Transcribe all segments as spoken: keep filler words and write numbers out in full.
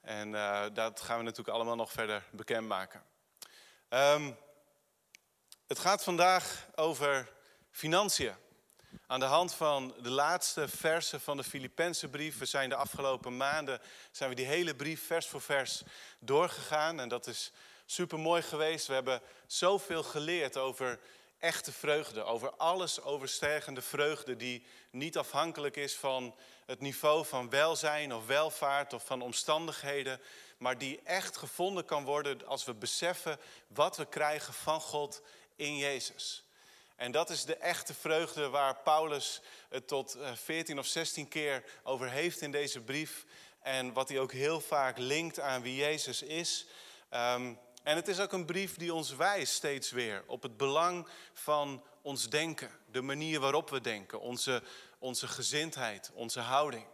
En uh, dat gaan we natuurlijk allemaal nog verder bekendmaken. Um, het gaat vandaag over financiën. Aan de hand van de laatste versen van de Filippenzenbrief. We zijn de afgelopen maanden zijn we die hele brief vers voor vers doorgegaan. En dat is super mooi geweest. We hebben zoveel geleerd over echte vreugde. Over alles overstijgende vreugde die niet afhankelijk is van het niveau van welzijn of welvaart of van omstandigheden. Maar die echt gevonden kan worden als we beseffen wat we krijgen van God in Jezus. En dat is de echte vreugde waar Paulus het tot veertien of zestien keer over heeft in deze brief. En wat hij ook heel vaak linkt aan wie Jezus is. Um, en het is ook een brief die ons wijst steeds weer op het belang van ons denken. De manier waarop we denken, onze, onze gezindheid, onze houding.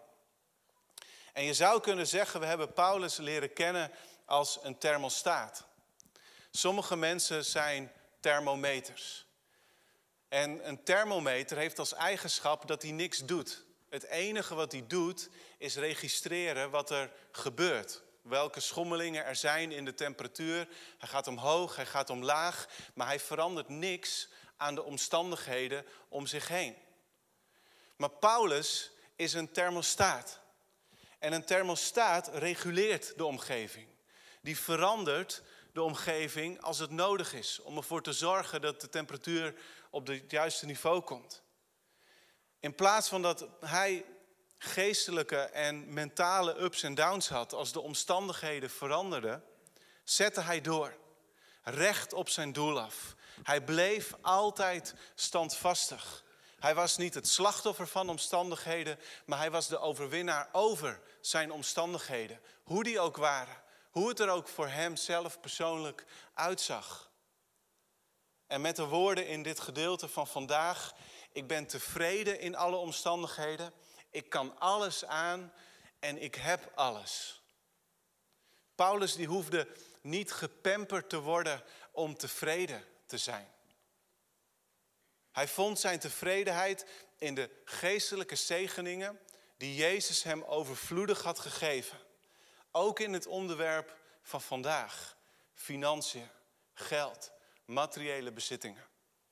En je zou kunnen zeggen, we hebben Paulus leren kennen als een thermostaat. Sommige mensen zijn thermometers. En een thermometer heeft als eigenschap dat hij niks doet. Het enige wat hij doet is registreren wat er gebeurt. Welke schommelingen er zijn in de temperatuur. Hij gaat omhoog, hij gaat omlaag. Maar hij verandert niks aan de omstandigheden om zich heen. Maar Paulus is een thermostaat. En een thermostaat reguleert de omgeving. Die verandert de omgeving als het nodig is. Om ervoor te zorgen dat de temperatuur op het juiste niveau komt. In plaats van dat hij geestelijke en mentale ups en downs had als de omstandigheden veranderden, zette hij door. Recht op zijn doel af. Hij bleef altijd standvastig. Hij was niet het slachtoffer van omstandigheden, maar hij was de overwinnaar over zijn omstandigheden. Hoe die ook waren. Hoe het er ook voor hem zelf persoonlijk uitzag. En met de woorden in dit gedeelte van vandaag: ik ben tevreden in alle omstandigheden. Ik kan alles aan en ik heb alles. Paulus die hoefde niet gepamperd te worden om tevreden te zijn. Hij vond zijn tevredenheid in de geestelijke zegeningen die Jezus hem overvloedig had gegeven. Ook in het onderwerp van vandaag. Financiën, geld, materiële bezittingen.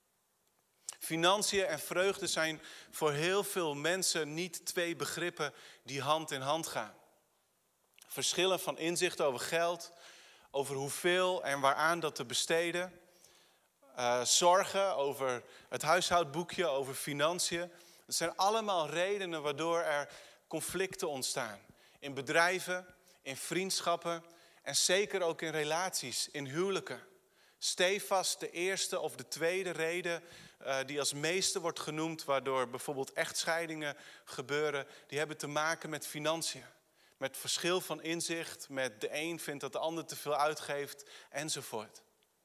Financiën en vreugde zijn voor heel veel mensen niet twee begrippen die hand in hand gaan. Verschillen van inzicht over geld, over hoeveel en waaraan dat te besteden. Uh, zorgen over het huishoudboekje, over financiën. Dat zijn allemaal redenen waardoor er conflicten ontstaan. In bedrijven, in vriendschappen en zeker ook in relaties, in huwelijken. Stevast de eerste of de tweede reden uh, die als meeste wordt genoemd, waardoor bijvoorbeeld echtscheidingen gebeuren, die hebben te maken met financiën. Met verschil van inzicht, met de een vindt dat de ander te veel uitgeeft, enzovoort.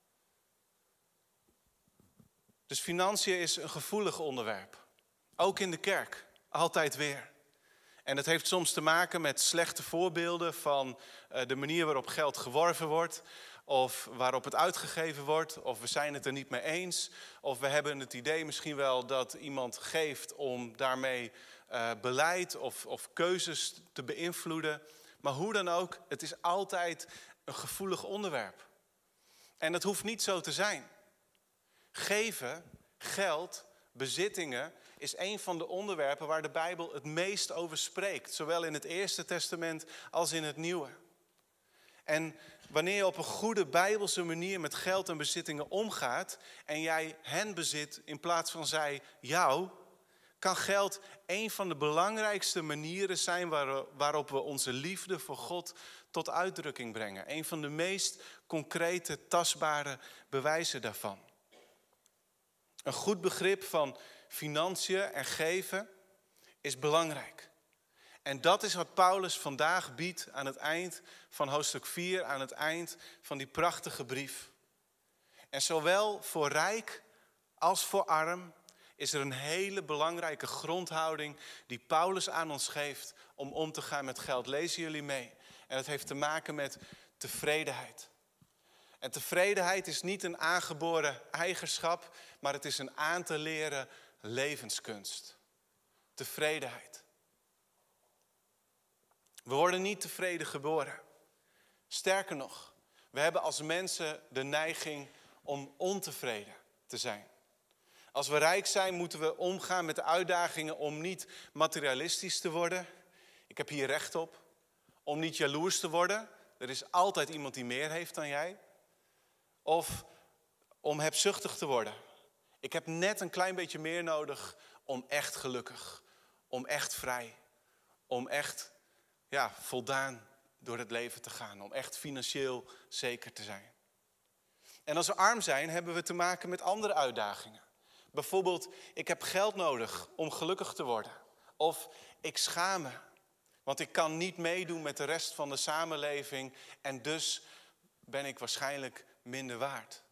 Dus financiën is een gevoelig onderwerp. Ook in de kerk, altijd weer. En dat heeft soms te maken met slechte voorbeelden van uh, de manier waarop geld geworven wordt. Of waarop het uitgegeven wordt. Of we zijn het er niet mee eens. Of we hebben het idee misschien wel dat iemand geeft om daarmee uh, beleid of, of keuzes te beïnvloeden. Maar hoe dan ook, het is altijd een gevoelig onderwerp. En dat hoeft niet zo te zijn. Geven, geld, bezittingen is een van de onderwerpen waar de Bijbel het meest over spreekt. Zowel in het Eerste Testament als in het Nieuwe. En wanneer je op een goede Bijbelse manier met geld en bezittingen omgaat en jij hen bezit in plaats van zij jou, kan geld een van de belangrijkste manieren zijn waarop we onze liefde voor God tot uitdrukking brengen. Een van de meest concrete, tastbare bewijzen daarvan. Een goed begrip van financiën en geven is belangrijk. En dat is wat Paulus vandaag biedt aan het eind van hoofdstuk vier, aan het eind van die prachtige brief. En zowel voor rijk als voor arm is er een hele belangrijke grondhouding die Paulus aan ons geeft om om te gaan met geld. Lezen jullie mee? En dat heeft te maken met tevredenheid. En tevredenheid is niet een aangeboren eigenschap, maar het is een aan te leren levenskunst. Tevredenheid. We worden niet tevreden geboren. Sterker nog, we hebben als mensen de neiging om ontevreden te zijn. Als we rijk zijn, moeten we omgaan met de uitdagingen om niet materialistisch te worden. Ik heb hier recht op. Om niet jaloers te worden. Er is altijd iemand die meer heeft dan jij. Of om hebzuchtig te worden. Ik heb net een klein beetje meer nodig om echt gelukkig. Om echt vrij. Om echt ja, voldaan door het leven te gaan. Om echt financieel zeker te zijn. En als we arm zijn, hebben we te maken met andere uitdagingen. Bijvoorbeeld, ik heb geld nodig om gelukkig te worden. Of ik schaam me, want ik kan niet meedoen met de rest van de samenleving. En dus ben ik waarschijnlijk minder waard.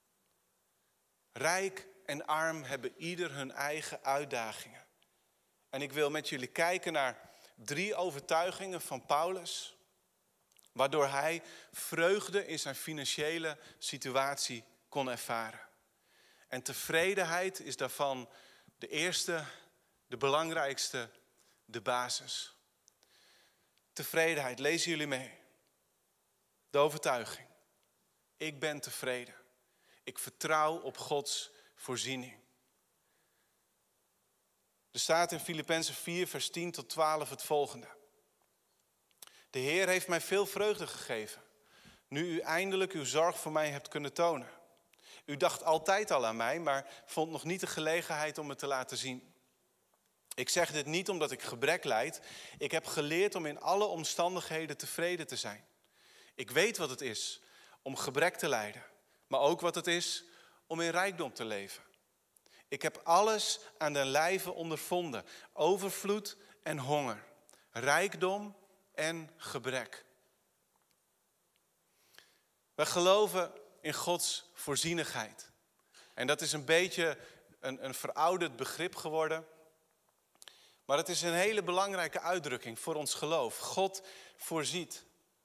Rijk en arm hebben ieder hun eigen uitdagingen. En ik wil met jullie kijken naar drie overtuigingen van Paulus. Waardoor hij vreugde in zijn financiële situatie kon ervaren. En tevredenheid is daarvan de eerste, de belangrijkste, de basis. Tevredenheid, lezen jullie mee. De overtuiging. Ik ben tevreden. Ik vertrouw op Gods voorziening. Er staat in Filippenzen vier, vers tien tot twaalf het volgende. De Heer heeft mij veel vreugde gegeven, nu u eindelijk uw zorg voor mij hebt kunnen tonen. U dacht altijd al aan mij, maar vond nog niet de gelegenheid om het te laten zien. Ik zeg dit niet omdat ik gebrek lijd. Ik heb geleerd om in alle omstandigheden tevreden te zijn. Ik weet wat het is om gebrek te lijden, maar ook wat het is om in rijkdom te leven. Ik heb alles aan den lijve ondervonden, overvloed en honger, rijkdom en gebrek. We geloven in Gods voorzienigheid. En dat is een beetje een, een verouderd begrip geworden. Maar het is een hele belangrijke uitdrukking voor ons geloof. God voorziet.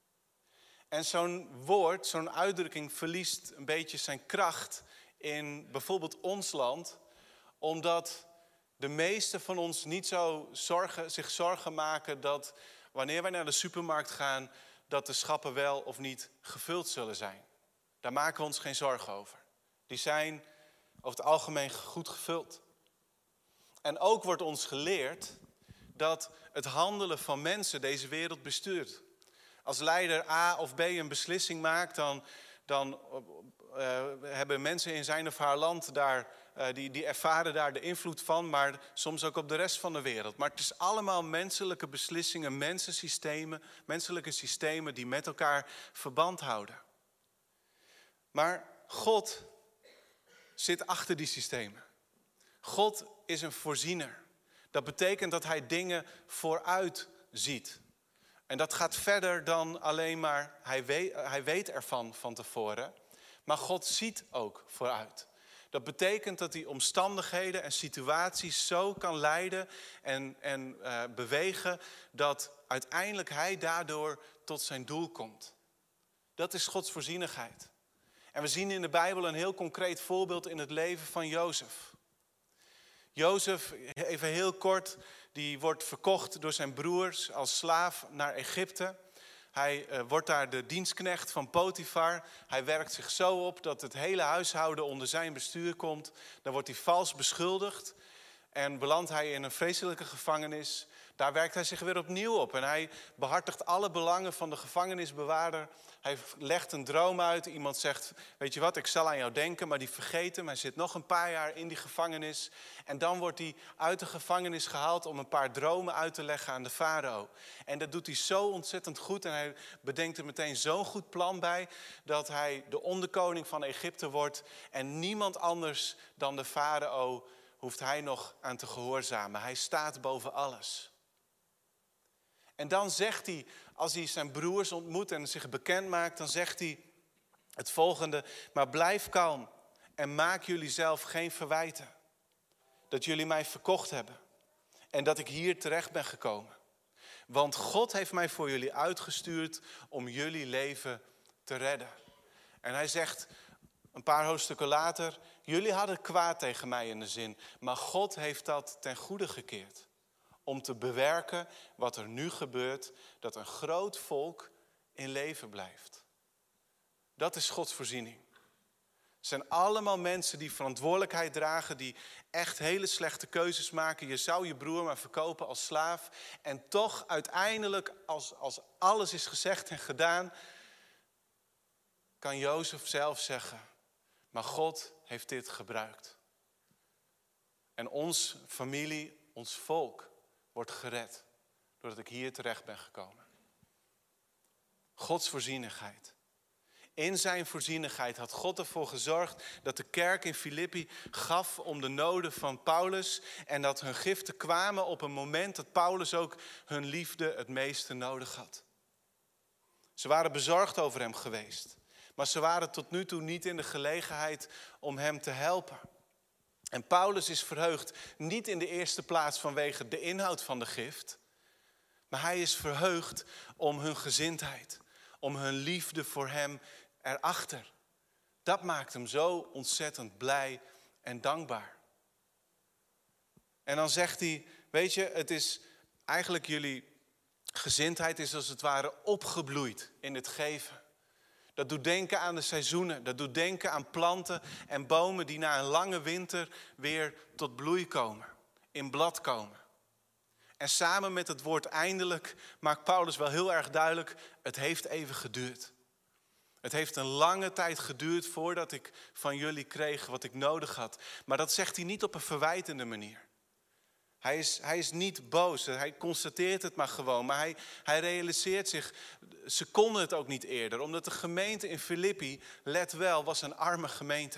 En zo'n woord, zo'n uitdrukking verliest een beetje zijn kracht in bijvoorbeeld ons land. Omdat de meesten van ons niet zo zorgen, zich zorgen maken dat wanneer wij naar de supermarkt gaan, dat de schappen wel of niet gevuld zullen zijn. Daar maken we ons geen zorgen over. Die zijn over het algemeen goed gevuld. En ook wordt ons geleerd dat het handelen van mensen deze wereld bestuurt. Als leider A of B een beslissing maakt, dan, dan uh, hebben mensen in zijn of haar land daar, uh, die, die ervaren daar de invloed van, maar soms ook op de rest van de wereld. Maar het is allemaal menselijke beslissingen, mensensystemen, menselijke systemen die met elkaar verband houden. Maar God zit achter die systemen. God is een voorziener. Dat betekent dat hij dingen vooruit ziet. En dat gaat verder dan alleen maar, hij weet, hij weet ervan van tevoren. Maar God ziet ook vooruit. Dat betekent dat hij omstandigheden en situaties zo kan leiden en, en uh, bewegen, dat uiteindelijk hij daardoor tot zijn doel komt. Dat is Gods voorzienigheid. En we zien in de Bijbel een heel concreet voorbeeld in het leven van Jozef. Jozef, even heel kort, die wordt verkocht door zijn broers als slaaf naar Egypte. Hij uh, wordt daar de dienstknecht van Potifar. Hij werkt zich zo op dat het hele huishouden onder zijn bestuur komt. Dan wordt hij vals beschuldigd en belandt hij in een vreselijke gevangenis. Daar werkt hij zich weer opnieuw op en hij behartigt alle belangen van de gevangenisbewaarder. Hij legt een droom uit. Iemand zegt, weet je wat, ik zal aan jou denken, maar die vergeet hem. Hij zit nog een paar jaar in die gevangenis. En dan wordt hij uit de gevangenis gehaald om een paar dromen uit te leggen aan de farao. En dat doet hij zo ontzettend goed en hij bedenkt er meteen zo'n goed plan bij, dat hij de onderkoning van Egypte wordt. En niemand anders dan de farao hoeft hij nog aan te gehoorzamen. Hij staat boven alles. En dan zegt hij, als hij zijn broers ontmoet en zich bekend maakt, dan zegt hij het volgende: maar blijf kalm en maak jullie zelf geen verwijten. Dat jullie mij verkocht hebben en dat ik hier terecht ben gekomen. Want God heeft mij voor jullie uitgestuurd om jullie leven te redden. En hij zegt een paar hoofdstukken later, jullie hadden kwaad tegen mij in de zin, maar God heeft dat ten goede gekeerd. Om te bewerken wat er nu gebeurt, dat een groot volk in leven blijft. Dat is Gods voorziening. Het zijn allemaal mensen die verantwoordelijkheid dragen, die echt hele slechte keuzes maken. Je zou je broer maar verkopen als slaaf. En toch uiteindelijk, als, als alles is gezegd en gedaan, kan Jozef zelf zeggen, maar God heeft dit gebruikt. En ons familie, ons volk, wordt gered doordat ik hier terecht ben gekomen. Gods voorzienigheid. In zijn voorzienigheid had God ervoor gezorgd dat de kerk in Filippi gaf om de noden van Paulus. En dat hun giften kwamen op een moment dat Paulus ook hun liefde het meeste nodig had. Ze waren bezorgd over hem geweest. Maar ze waren tot nu toe niet in de gelegenheid om hem te helpen. En Paulus is verheugd niet in de eerste plaats vanwege de inhoud van de gift. Maar hij is verheugd om hun gezindheid. Om hun liefde voor hem erachter. Dat maakt hem zo ontzettend blij en dankbaar. En dan zegt hij, weet je, het is eigenlijk jullie gezindheid is als het ware opgebloeid in het geven. Dat doet denken aan de seizoenen. Dat doet denken aan planten en bomen die na een lange winter weer tot bloei komen. In blad komen. En samen met het woord eindelijk maakt Paulus wel heel erg duidelijk, het heeft even geduurd. Het heeft een lange tijd geduurd voordat ik van jullie kreeg wat ik nodig had. Maar dat zegt hij niet op een verwijtende manier. Hij is, hij is niet boos, hij constateert het maar gewoon. Maar hij, hij realiseert zich, ze konden het ook niet eerder. Omdat de gemeente in Filippi, let wel, was een arme gemeente.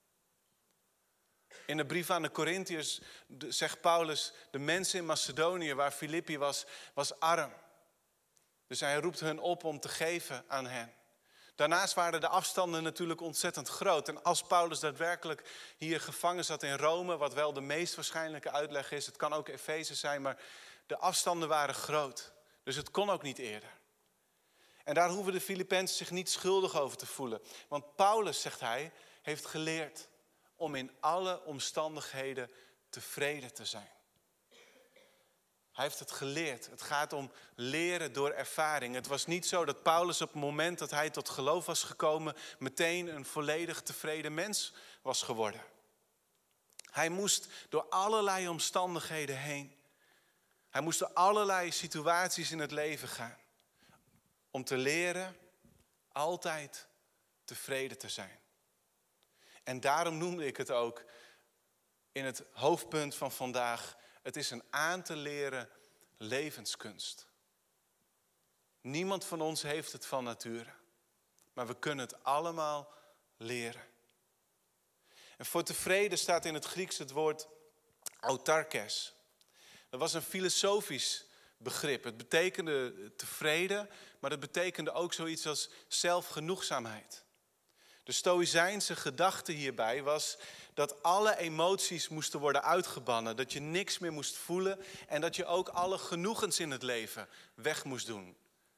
In de brief aan de Korintiërs zegt Paulus, de mensen in Macedonië waar Filippi was, was arm. Dus hij roept hun op om te geven aan hen. Daarnaast waren de afstanden natuurlijk ontzettend groot. En als Paulus daadwerkelijk hier gevangen zat in Rome, wat wel de meest waarschijnlijke uitleg is, het kan ook Efeze zijn, maar de afstanden waren groot. Dus het kon ook niet eerder. En daar hoeven de Filippenzen zich niet schuldig over te voelen. Want Paulus, zegt hij, heeft geleerd om in alle omstandigheden tevreden te zijn. Hij heeft het geleerd. Het gaat om leren door ervaring. Het was niet zo dat Paulus op het moment dat hij tot geloof was gekomen meteen een volledig tevreden mens was geworden. Hij moest door allerlei omstandigheden heen. Hij moest door allerlei situaties in het leven gaan. Om te leren altijd tevreden te zijn. En daarom noemde ik het ook in het hoofdpunt van vandaag. Het is een aan te leren levenskunst. Niemand van ons heeft het van nature. Maar we kunnen het allemaal leren. En voor tevreden staat in het Grieks het woord autarkes. Dat was een filosofisch begrip. Het betekende tevreden, maar het betekende ook zoiets als zelfgenoegzaamheid. De stoïcijnse gedachte hierbij was dat alle emoties moesten worden uitgebannen. Dat je niks meer moest voelen en dat je ook alle genoegens in het leven weg moest doen.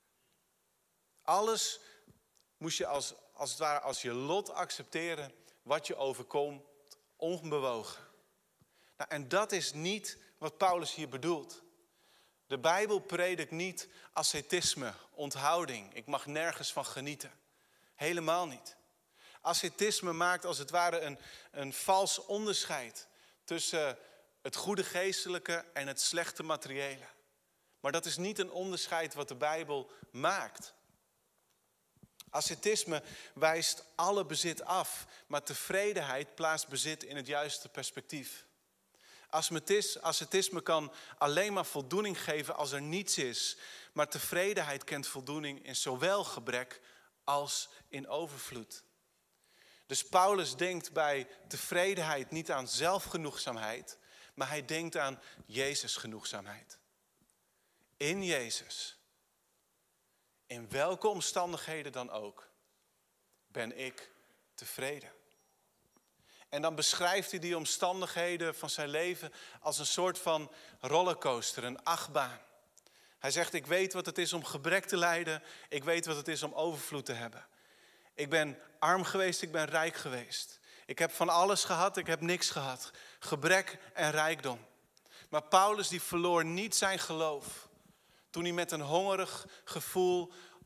Alles moest je als, als het ware als je lot accepteren wat je overkomt, onbewogen. Nou, en dat is niet wat Paulus hier bedoelt. De Bijbel predikt niet ascetisme, onthouding. Ik mag nergens van genieten. Helemaal niet. Ascetisme maakt als het ware een, een vals onderscheid tussen het goede geestelijke en het slechte materiële. Maar dat is niet een onderscheid wat de Bijbel maakt. Ascetisme wijst alle bezit af, maar tevredenheid plaatst bezit in het juiste perspectief. Ascetisme kan alleen maar voldoening geven als er niets is, maar tevredenheid kent voldoening in zowel gebrek als in overvloed. Dus Paulus denkt bij tevredenheid niet aan zelfgenoegzaamheid, maar hij denkt aan Jezus genoegzaamheid. In Jezus, in welke omstandigheden dan ook, ben ik tevreden. En dan beschrijft hij die omstandigheden van zijn leven als een soort van rollercoaster, een achtbaan. Hij zegt, ik weet wat het is om gebrek te lijden, ik weet wat het is om overvloed te hebben. Ik ben arm geweest, ik ben rijk geweest. Ik heb van alles gehad, ik heb niks gehad. Gebrek en rijkdom. Maar Paulus die verloor niet zijn geloof. Toen hij met een hongerig gevoel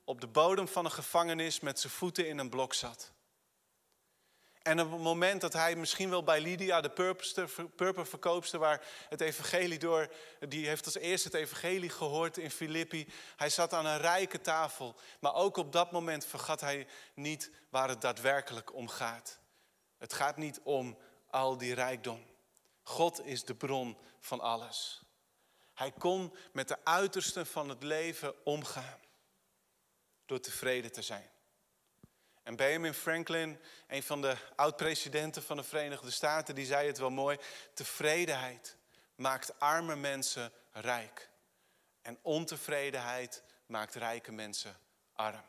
op de bodem van een gevangenis met zijn voeten in een blok zat. En op het moment dat hij misschien wel bij Lydia, de purperverkoopster, waar het evangelie door, die heeft als eerste het evangelie gehoord in Filippi. Hij zat aan een rijke tafel, maar ook op dat moment vergat hij niet waar het daadwerkelijk om gaat. Het gaat niet om al die rijkdom. God is de bron van alles. Hij kon met de uitersten van het leven omgaan door tevreden te zijn. En Benjamin Franklin, een van de oud-presidenten van de Verenigde Staten, die zei het wel mooi. Tevredenheid maakt arme mensen rijk. En ontevredenheid maakt rijke mensen arm.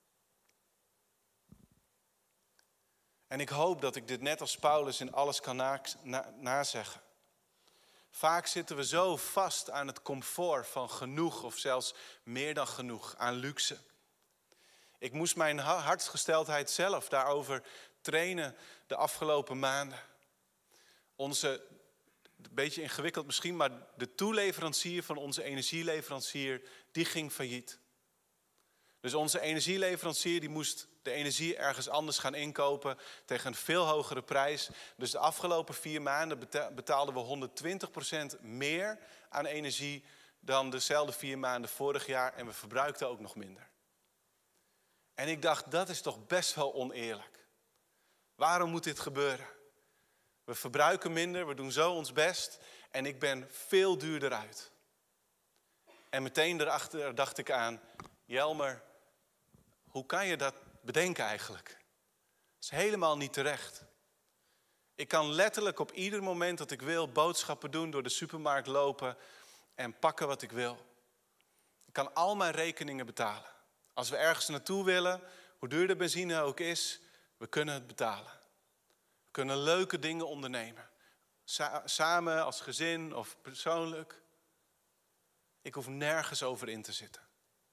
En ik hoop dat ik dit net als Paulus in alles kan na, na, nazeggen. Vaak zitten we zo vast aan het comfort van genoeg of zelfs meer dan genoeg, aan luxe. Ik moest mijn hartsgesteldheid zelf daarover trainen de afgelopen maanden. Onze, een beetje ingewikkeld misschien, maar de toeleverancier van onze energieleverancier, die ging failliet. Dus onze energieleverancier die moest de energie ergens anders gaan inkopen tegen een veel hogere prijs. Dus de afgelopen vier maanden betaalden we honderdtwintig procent meer aan energie dan dezelfde vier maanden vorig jaar. En we verbruikten ook nog minder. En ik dacht, dat is toch best wel oneerlijk. Waarom moet dit gebeuren? We verbruiken minder, we doen zo ons best en ik ben veel duurder uit. En meteen erachter dacht ik aan, Jelmer, hoe kan je dat bedenken eigenlijk? Dat is helemaal niet terecht. Ik kan letterlijk op ieder moment dat ik wil boodschappen doen, door de supermarkt lopen en pakken wat ik wil. Ik kan al mijn rekeningen betalen. Als we ergens naartoe willen, hoe duur de benzine ook is, we kunnen het betalen. We kunnen leuke dingen ondernemen. Sa- samen, als gezin of persoonlijk. Ik hoef nergens over in te zitten.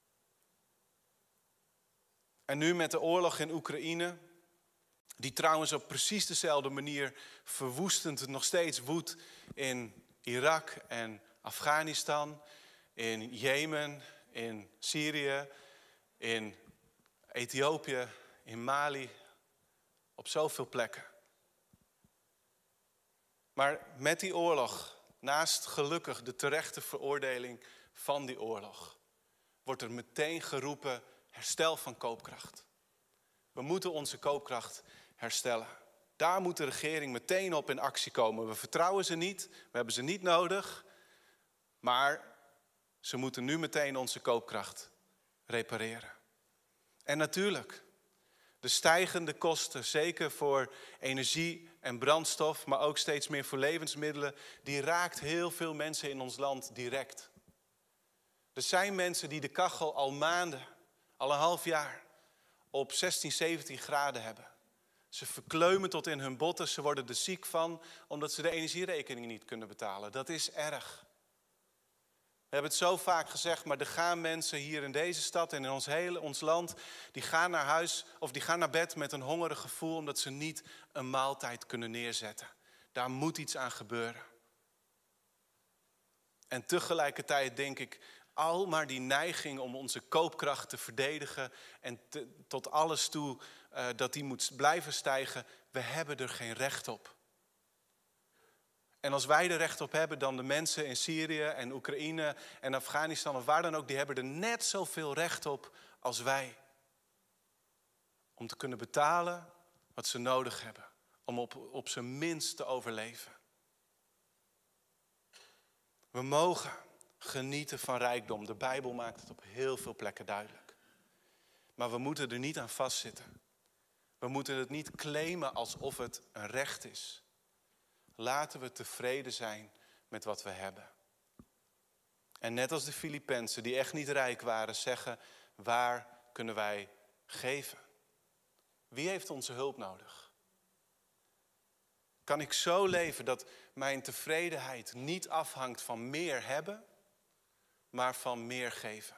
En nu met de oorlog in Oekraïne, die trouwens op precies dezelfde manier verwoestend nog steeds woedt in Irak en Afghanistan, in Jemen, in Syrië, in Ethiopië, in Mali, op zoveel plekken. Maar met die oorlog, naast gelukkig de terechte veroordeling van die oorlog, wordt er meteen geroepen herstel van koopkracht. We moeten onze koopkracht herstellen. Daar moet de regering meteen op in actie komen. We vertrouwen ze niet, we hebben ze niet nodig, maar ze moeten nu meteen onze koopkracht repareren. En natuurlijk, de stijgende kosten, zeker voor energie en brandstof, maar ook steeds meer voor levensmiddelen, die raakt heel veel mensen in ons land direct. Er zijn mensen die de kachel al maanden, al een half jaar, op zestien, zeventien graden hebben. Ze verkleumen tot in hun botten, ze worden er ziek van, omdat ze de energierekening niet kunnen betalen. Dat is erg. We hebben het zo vaak gezegd, maar er gaan mensen hier in deze stad en in ons hele ons land, die gaan naar huis of die gaan naar bed met een hongerig gevoel omdat ze niet een maaltijd kunnen neerzetten. Daar moet iets aan gebeuren. En tegelijkertijd denk ik, al maar die neiging om onze koopkracht te verdedigen en te, tot alles toe uh, dat die moet blijven stijgen, we hebben er geen recht op. En als wij er recht op hebben, dan de mensen in Syrië en Oekraïne en Afghanistan of waar dan ook, die hebben er net zoveel recht op als wij. Om te kunnen betalen wat ze nodig hebben. Om op, op zijn minst te overleven. We mogen genieten van rijkdom. De Bijbel maakt het op heel veel plekken duidelijk. Maar we moeten er niet aan vastzitten. We moeten het niet claimen alsof het een recht is. Laten we tevreden zijn met wat we hebben. En net als de Filippenzen, die echt niet rijk waren, zeggen, waar kunnen wij geven? Wie heeft onze hulp nodig? Kan ik zo leven dat mijn tevredenheid niet afhangt van meer hebben, maar van meer geven?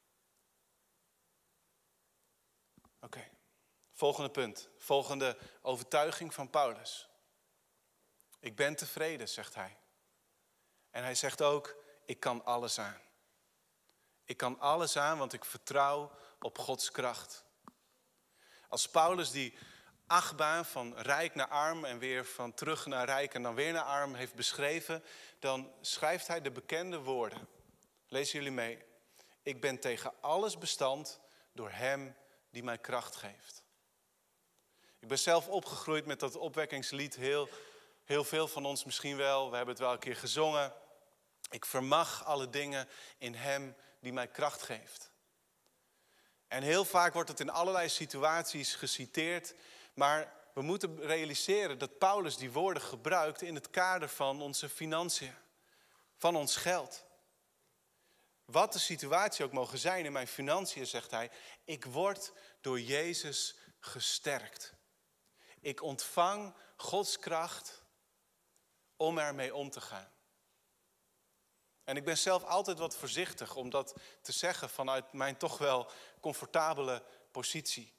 Oké, okay. Volgende punt. Volgende overtuiging van Paulus. Ik ben tevreden, zegt hij. En hij zegt ook, ik kan alles aan. Ik kan alles aan, want ik vertrouw op Gods kracht. Als Paulus die achtbaan van rijk naar arm en weer van terug naar rijk en dan weer naar arm heeft beschreven, dan schrijft hij de bekende woorden. Lezen jullie mee. Ik ben tegen alles bestand door hem die mij kracht geeft. Ik ben zelf opgegroeid met dat opwekkingslied. Heel, heel veel van ons misschien wel. We hebben het wel een keer gezongen. Ik vermag alle dingen in hem die mij kracht geeft. En heel vaak wordt het in allerlei situaties geciteerd. Maar we moeten realiseren dat Paulus die woorden gebruikt in het kader van onze financiën. Van ons geld. Wat de situatie ook mogen zijn in mijn financiën, zegt hij. Ik word door Jezus gesterkt. Ik ontvang Gods kracht om ermee om te gaan. En ik ben zelf altijd wat voorzichtig om dat te zeggen vanuit mijn toch wel comfortabele positie.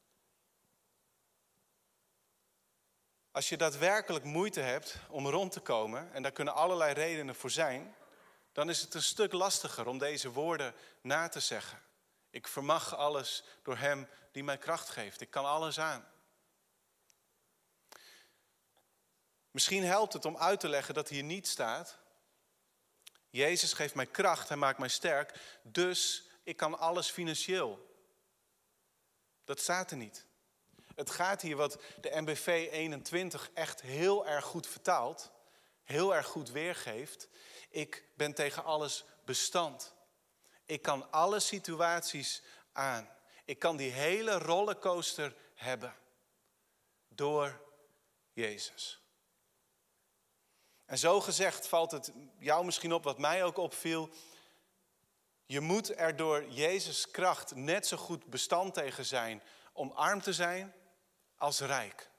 Als je daadwerkelijk moeite hebt om rond te komen, en daar kunnen allerlei redenen voor zijn, dan is het een stuk lastiger om deze woorden na te zeggen. Ik vermag alles door hem die mij kracht geeft. Ik kan alles aan. Misschien helpt het om uit te leggen dat hier niet staat: Jezus geeft mij kracht, hij maakt mij sterk, dus ik kan alles financieel. Dat staat er niet. Het gaat hier wat de N B V eenentwintig echt heel erg goed vertaalt, heel erg goed weergeeft. Ik ben tegen alles bestand. Ik kan alle situaties aan. Ik kan die hele rollercoaster hebben door Jezus. En zo gezegd valt het jou misschien op, wat mij ook opviel. Je moet er door Jezus' kracht net zo goed bestand tegen zijn om arm te zijn als rijk.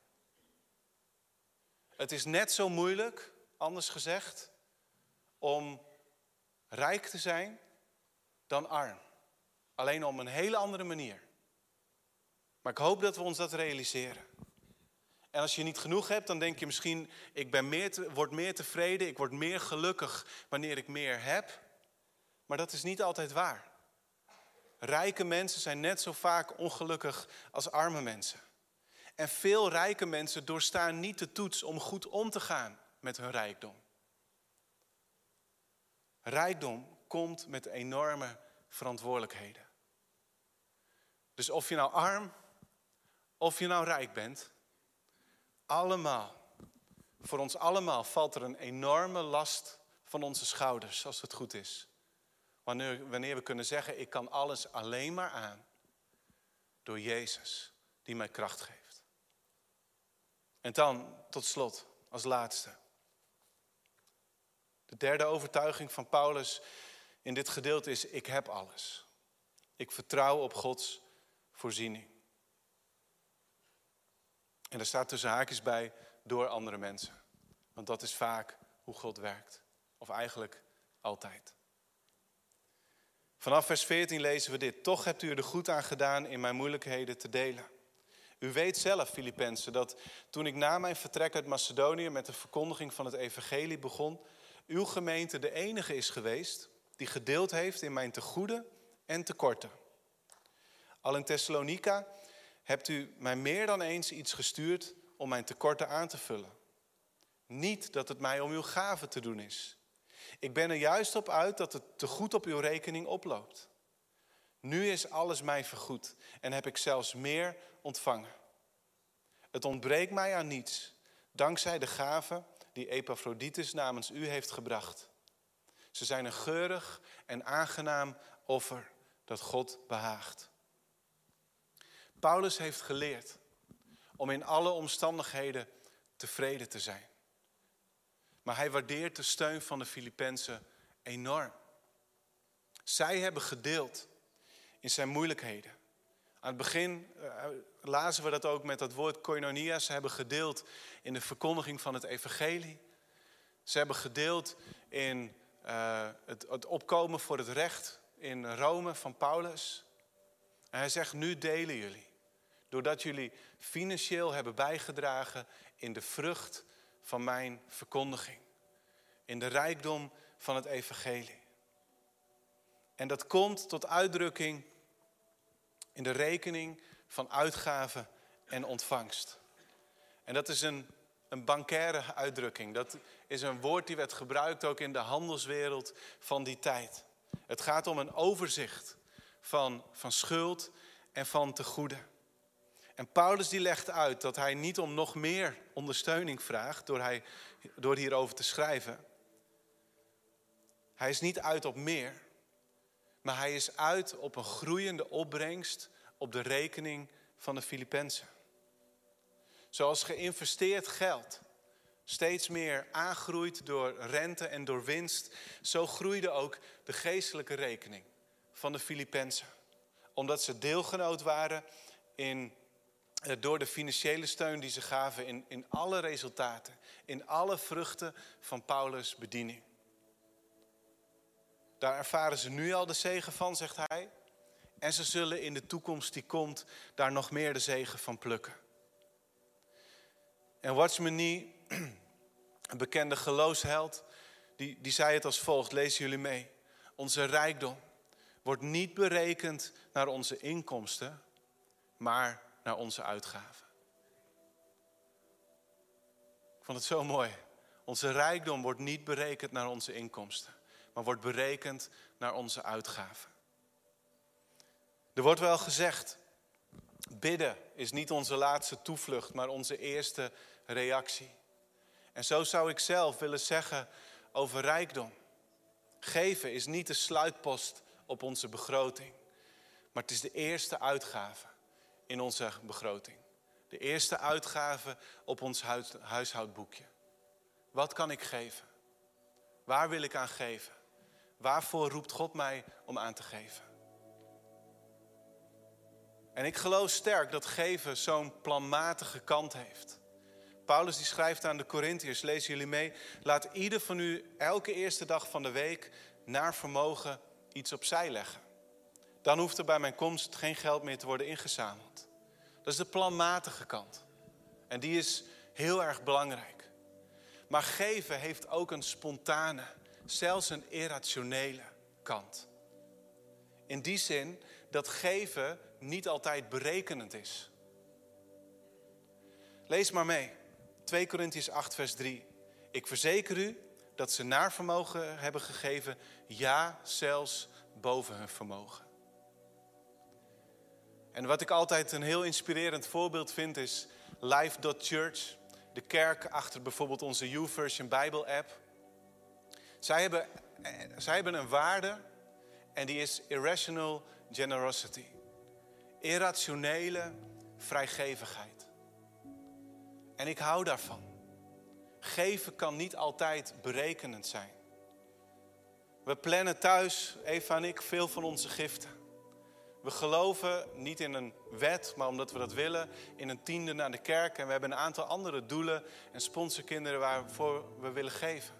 Het is net zo moeilijk, anders gezegd, om rijk te zijn dan arm. Alleen op een hele andere manier. Maar ik hoop dat we ons dat realiseren. En als je niet genoeg hebt, dan denk je misschien, ik ben meer te, word meer tevreden, ik word meer gelukkig wanneer ik meer heb. Maar dat is niet altijd waar. Rijke mensen zijn net zo vaak ongelukkig als arme mensen. En veel rijke mensen doorstaan niet de toets om goed om te gaan met hun rijkdom. Rijkdom komt met enorme verantwoordelijkheden. Dus of je nou arm of je nou rijk bent, allemaal, voor ons allemaal valt er een enorme last van onze schouders, als het goed is. Wanneer, wanneer we kunnen zeggen, ik kan alles alleen maar aan door Jezus, die mij kracht geeft. En dan, tot slot, als laatste. De derde overtuiging van Paulus in dit gedeelte is, ik heb alles. Ik vertrouw op Gods voorziening. En er staat tussen haakjes bij, door andere mensen. Want dat is vaak hoe God werkt. Of eigenlijk altijd. Vanaf vers veertien lezen we dit. Toch hebt u er goed aan gedaan in mijn moeilijkheden te delen. U weet zelf, Filippenzen, dat toen ik na mijn vertrek uit Macedonië met de verkondiging van het evangelie begon, uw gemeente de enige is geweest die gedeeld heeft in mijn tegoeden en tekorten. Al in Thessalonica hebt u mij meer dan eens iets gestuurd om mijn tekorten aan te vullen. Niet dat het mij om uw gave te doen is. Ik ben er juist op uit dat het te goed op uw rekening oploopt. Nu is alles mij vergoed en heb ik zelfs meer ontvangen. Het ontbreekt mij aan niets, dankzij de gave die Epaphroditus namens u heeft gebracht. Ze zijn een geurig en aangenaam offer dat God behaagt. Paulus heeft geleerd om in alle omstandigheden tevreden te zijn. Maar hij waardeert de steun van de Filippenzen enorm. Zij hebben gedeeld in zijn moeilijkheden. Aan het begin uh, lazen we dat ook met dat woord koinonia. Ze hebben gedeeld in de verkondiging van het evangelie. Ze hebben gedeeld in uh, het, het opkomen voor het recht in Rome van Paulus. En hij zegt, nu delen jullie. Doordat jullie financieel hebben bijgedragen in de vrucht van mijn verkondiging. In de rijkdom van het evangelie. En dat komt tot uitdrukking In de rekening van uitgaven en ontvangst. En dat is een, een bankaire uitdrukking. Dat is een woord die werd gebruikt ook in de handelswereld van die tijd. Het gaat om een overzicht van, van schuld en van tegoeden. En Paulus die legt uit dat hij niet om nog meer ondersteuning vraagt door, hij, door hierover te schrijven. Hij is niet uit op meer, maar hij is uit op een groeiende opbrengst op de rekening van de Filippenzen. Zoals geïnvesteerd geld steeds meer aangroeit door rente en door winst, zo groeide ook de geestelijke rekening van de Filippenzen. Omdat ze deelgenoot waren in, door de financiële steun die ze gaven in, in alle resultaten, in alle vruchten van Paulus' bediening. Daar ervaren ze nu al de zegen van, zegt hij. En ze zullen in de toekomst die komt daar nog meer de zegen van plukken. En Watchman Nee, een bekende geloofsheld, die, die zei het als volgt, lezen jullie mee. Onze rijkdom wordt niet berekend naar onze inkomsten, maar naar onze uitgaven. Ik vond het zo mooi. Onze rijkdom wordt niet berekend naar onze inkomsten, maar wordt berekend naar onze uitgaven. Er wordt wel gezegd, bidden is niet onze laatste toevlucht, maar onze eerste reactie. En zo zou ik zelf willen zeggen over rijkdom. Geven is niet de sluitpost op onze begroting, maar het is de eerste uitgave in onze begroting. De eerste uitgave op ons huis, huishoudboekje. Wat kan ik geven? Waar wil ik aan geven? Waarvoor roept God mij om aan te geven? En ik geloof sterk dat geven zo'n planmatige kant heeft. Paulus die schrijft aan de Korintiërs, lezen jullie mee. Laat ieder van u elke eerste dag van de week naar vermogen iets opzij leggen. Dan hoeft er bij mijn komst geen geld meer te worden ingezameld. Dat is de planmatige kant. En die is heel erg belangrijk. Maar geven heeft ook een spontane, zelfs een irrationele kant. In die zin dat geven niet altijd berekenend is. Lees maar mee. twee Korintiërs acht vers drie. Ik verzeker u dat ze naar vermogen hebben gegeven. Ja, zelfs boven hun vermogen. En wat ik altijd een heel inspirerend voorbeeld vind is Life dot Church. De kerk achter bijvoorbeeld onze YouVersion Bijbel app. Zij hebben, zij hebben een waarde en die is irrational generosity. Irrationele vrijgevigheid. En ik hou daarvan. Geven kan niet altijd berekenend zijn. We plannen thuis, Eva en ik, veel van onze giften. We geloven niet in een wet, maar omdat we dat willen, in een tiende naar de kerk. En we hebben een aantal andere doelen en sponsorkinderen waarvoor we willen geven.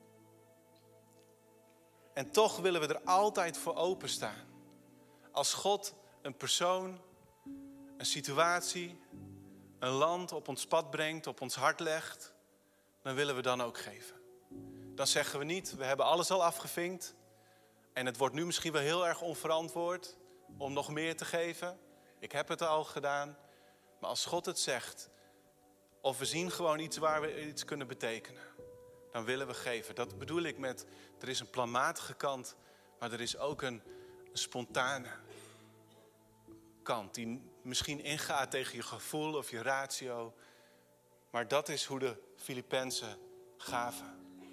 En toch willen we er altijd voor openstaan. Als God een persoon, een situatie, een land op ons pad brengt, op ons hart legt, dan willen we dan ook geven. Dan zeggen we niet, we hebben alles al afgevinkt en het wordt nu misschien wel heel erg onverantwoord om nog meer te geven. Ik heb het al gedaan. Maar als God het zegt, of we zien gewoon iets waar we iets kunnen betekenen, dan willen we geven. Dat bedoel ik met, er is een planmatige kant, maar er is ook een, een spontane kant die misschien ingaat tegen je gevoel of je ratio. Maar dat is hoe de Filippenzen gaven.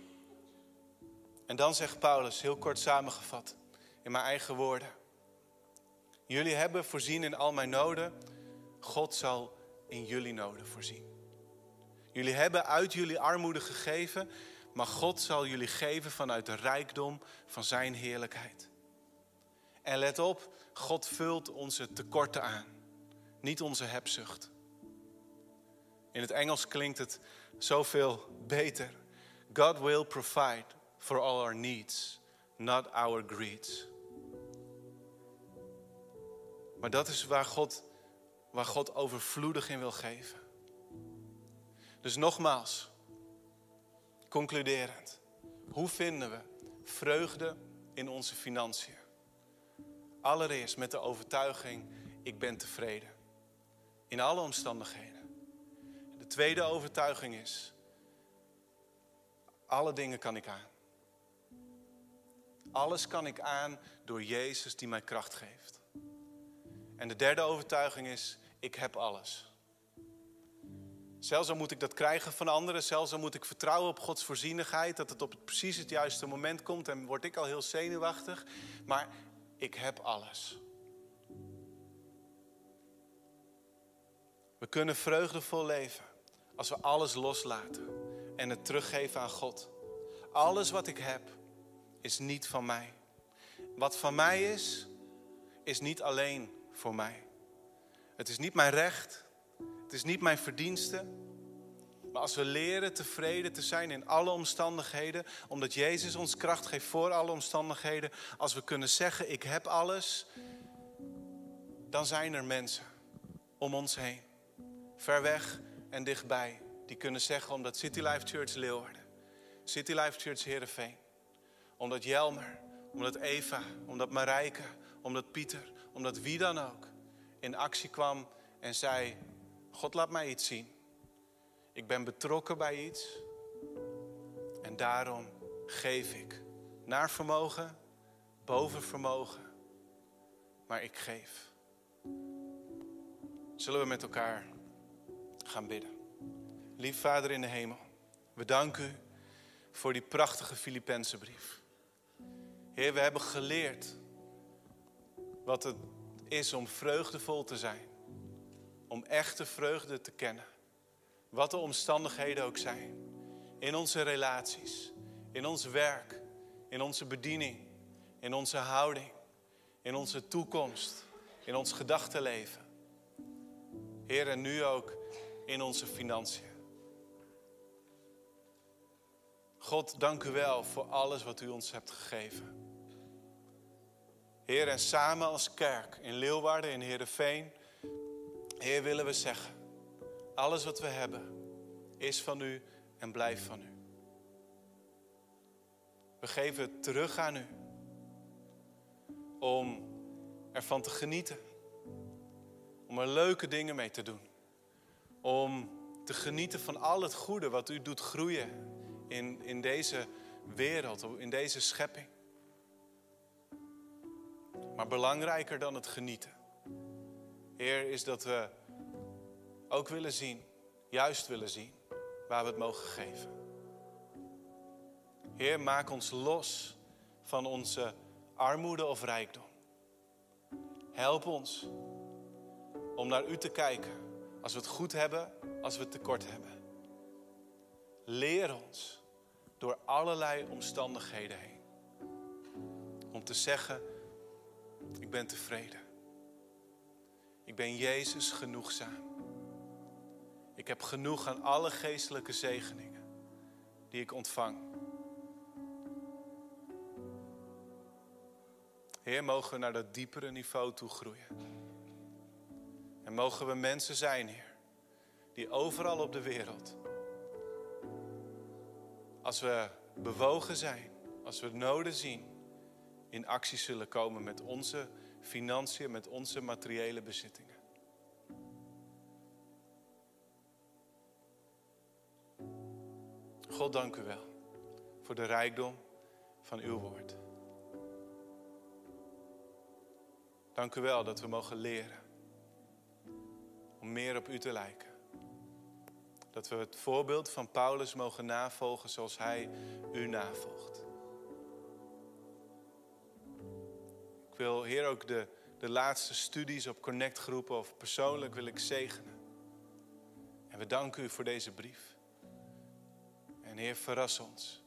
En dan zegt Paulus, heel kort samengevat, in mijn eigen woorden. Jullie hebben voorzien in al mijn noden. God zal in jullie noden voorzien. Jullie hebben uit jullie armoede gegeven, maar God zal jullie geven vanuit de rijkdom van zijn heerlijkheid. En let op, God vult onze tekorten aan, niet onze hebzucht. In het Engels klinkt het zoveel beter. God will provide for all our needs, not our greeds. Maar dat is waar God, waar God overvloedig in wil geven. Dus nogmaals, concluderend. Hoe vinden we vreugde in onze financiën? Allereerst met de overtuiging, ik ben tevreden. In alle omstandigheden. De tweede overtuiging is, alle dingen kan ik aan. Alles kan ik aan door Jezus die mij kracht geeft. En de derde overtuiging is, ik heb alles. Zelfs al moet ik dat krijgen van anderen, zelfs al moet ik vertrouwen op Gods voorzienigheid, dat het op het precies het juiste moment komt en word ik al heel zenuwachtig. Maar ik heb alles. We kunnen vreugdevol leven als we alles loslaten en het teruggeven aan God. Alles wat ik heb is niet van mij. Wat van mij is, is niet alleen voor mij. Het is niet mijn recht, het is niet mijn verdienste. Maar als we leren tevreden te zijn in alle omstandigheden, omdat Jezus ons kracht geeft voor alle omstandigheden, als we kunnen zeggen, ik heb alles, dan zijn er mensen om ons heen, ver weg en dichtbij, die kunnen zeggen, omdat City Life Church Leeuwarden, City Life Church Heerenveen, omdat Jelmer, omdat Eva, omdat Marijke, omdat Pieter, omdat wie dan ook in actie kwam en zei, God laat mij iets zien. Ik ben betrokken bij iets en daarom geef ik naar vermogen, boven vermogen, maar ik geef. Zullen we met elkaar gaan bidden. Lief Vader in de hemel, we danken u voor die prachtige Filippenzenbrief. Heer, we hebben geleerd wat het is om vreugdevol te zijn. Om echte vreugde te kennen. Wat de omstandigheden ook zijn. In onze relaties, in ons werk, in onze bediening, in onze houding, in onze toekomst, in ons gedachtenleven. Heer, en nu ook in onze financiën. God, dank u wel voor alles wat u ons hebt gegeven. Heer, en samen als kerk in Leeuwarden, in Heerenveen, Heer, willen we zeggen, alles wat we hebben is van u en blijft van u. We geven het terug aan u om ervan te genieten. Om er leuke dingen mee te doen. Om te genieten van al het goede wat u doet groeien in, in deze wereld, in deze schepping. Maar belangrijker dan het genieten, Heer, is dat we ook willen zien, juist willen zien, waar we het mogen geven. Heer, maak ons los van onze armoede of rijkdom. Help ons om naar u te kijken als we het goed hebben, als we het tekort hebben. Leer ons door allerlei omstandigheden heen om te zeggen, ik ben tevreden. Ik ben Jezus genoegzaam. Ik heb genoeg aan alle geestelijke zegeningen die ik ontvang. Heer, mogen we naar dat diepere niveau toe groeien. En mogen we mensen zijn, Heer, die overal op de wereld, als we bewogen zijn, als we noden zien, in actie zullen komen met onze financiën, met onze materiële bezittingen. God, dank u wel voor de rijkdom van uw woord. Dank u wel dat we mogen leren om meer op u te lijken. Dat we het voorbeeld van Paulus mogen navolgen zoals hij u navolgt. Ik wil, Heer, ook de, de laatste studies op Connect groepen of persoonlijk wil ik zegenen. En we danken u voor deze brief. En Heer, verras ons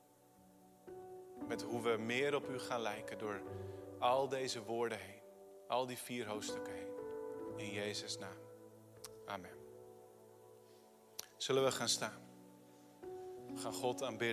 met hoe we meer op u gaan lijken door al deze woorden heen. Al die vier hoofdstukken heen. In Jezus' naam. Amen. Zullen we gaan staan? We gaan God aanbidden.